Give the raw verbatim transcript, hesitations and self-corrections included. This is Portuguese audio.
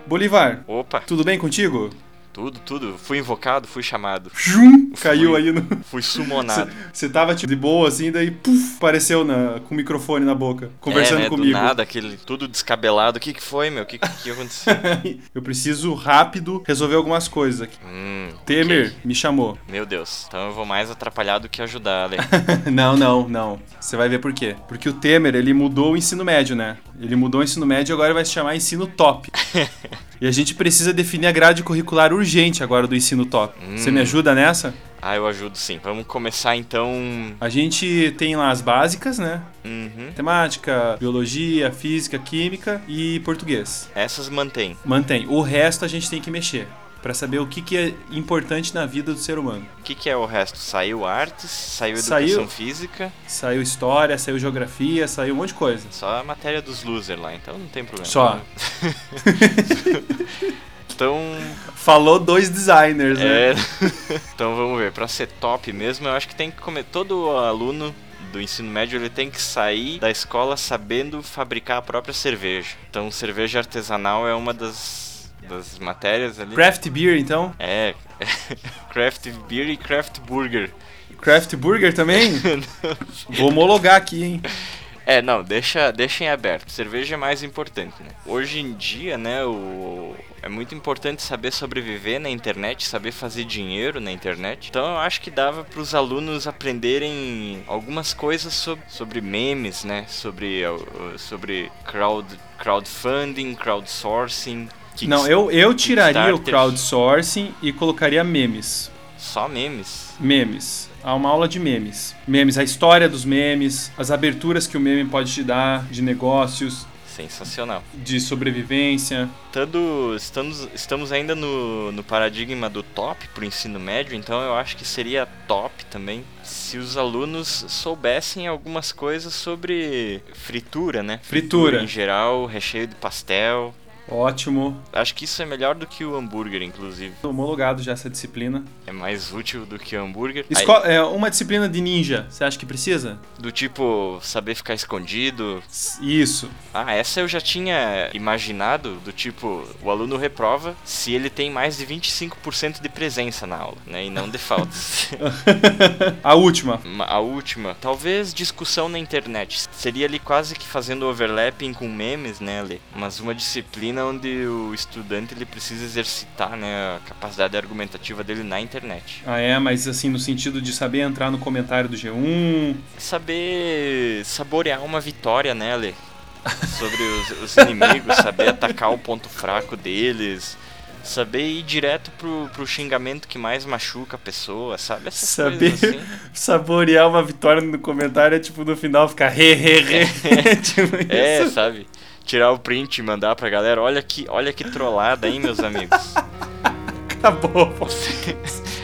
Bolivar, Opa, tudo bem contigo? tudo, tudo. Fui invocado, fui chamado. Jum, caiu Fui- aí no... Fui sumonado. Você tava tipo, de boa assim, daí puf, apareceu na... com o microfone na boca, conversando é, né, comigo. do nada, aquele tudo descabelado. O que que foi, meu? O que que, que aconteceu? Eu preciso rápido resolver algumas coisas aqui. hum, Temer ok. me chamou. Meu Deus, então eu vou mais atrapalhar do que ajudar, Ale. Não, não, não. Você vai ver por quê. Porque o Temer, ele mudou o ensino médio, né? Ele mudou o ensino médio e agora vai se chamar ensino top. E a gente precisa definir a grade curricular urgente agora do ensino top. Você me ajuda nessa? Ah, eu ajudo sim. Vamos começar então. A gente tem lá as básicas, né? Uhum. Matemática, biologia, física, química e português. Essas mantém. Mantém. O resto a gente tem que mexer pra saber o que, que é importante na vida do ser humano. O que que é o resto? Saiu artes, saiu educação Saiu. física, Saiu história, saiu geografia, saiu um monte de coisa. só a matéria dos losers lá, então não tem problema. Só. Então, Falou dois designers, né? é... então vamos ver, pra ser top mesmo, eu acho que tem que comer todo aluno do ensino médio, ele tem que sair da escola sabendo fabricar a própria cerveja. Então, cerveja artesanal é uma das, das matérias ali. Craft beer, então? É, craft beer e craft burger. Craft burger também? Vou homologar aqui, hein? É, não, deixa, deixa em aberto. Cerveja é mais importante, né? Hoje em dia, né, o... é muito importante saber sobreviver na internet, saber fazer dinheiro na internet. Então eu acho que dava para os alunos aprenderem algumas coisas sobre, sobre memes, né? Sobre, uh, sobre crowd, crowdfunding, crowdsourcing. Não, eu, eu tiraria o Kickstarter. crowdsourcing e colocaria memes. Só memes. Memes. Há uma aula de memes. Memes, a história dos memes, as aberturas que o meme pode te dar de negócios, Sensacional. de sobrevivência. Tando, estamos, estamos ainda no, no paradigma do top pro ensino médio, então eu acho que seria top também se os alunos soubessem algumas coisas sobre fritura, né? Fritura. Em geral, recheio de pastel. Ótimo. Acho que isso é melhor do que o hambúrguer, inclusive. Tô homologado já essa disciplina. É mais útil do que o hambúrguer. Esco- é, uma disciplina de ninja, você acha que precisa? Aí, do tipo, saber ficar escondido. Isso. Ah, essa eu já tinha imaginado, do tipo, o aluno reprova se ele tem mais de vinte e cinco por cento de presença na aula, né? E não de faltas. A última. A última, talvez discussão na internet. Seria ali quase que fazendo overlapping com memes, né, Ali? Mas uma disciplina onde o estudante ele precisa exercitar, né, a capacidade argumentativa dele na internet. Ah, é, mas assim, no sentido de saber entrar no comentário do G um. Saber saborear uma vitória, né, Ale? Sobre os, os inimigos, saber atacar o ponto fraco deles, saber ir direto pro, pro xingamento que mais machuca a pessoa, sabe? Essas Saber coisas assim. saborear uma vitória no comentário é tipo no final ficar re, re, re. Tipo É, isso. sabe? Tirar o print e mandar pra galera, olha que, olha que trollada, hein, meus amigos. Acabou.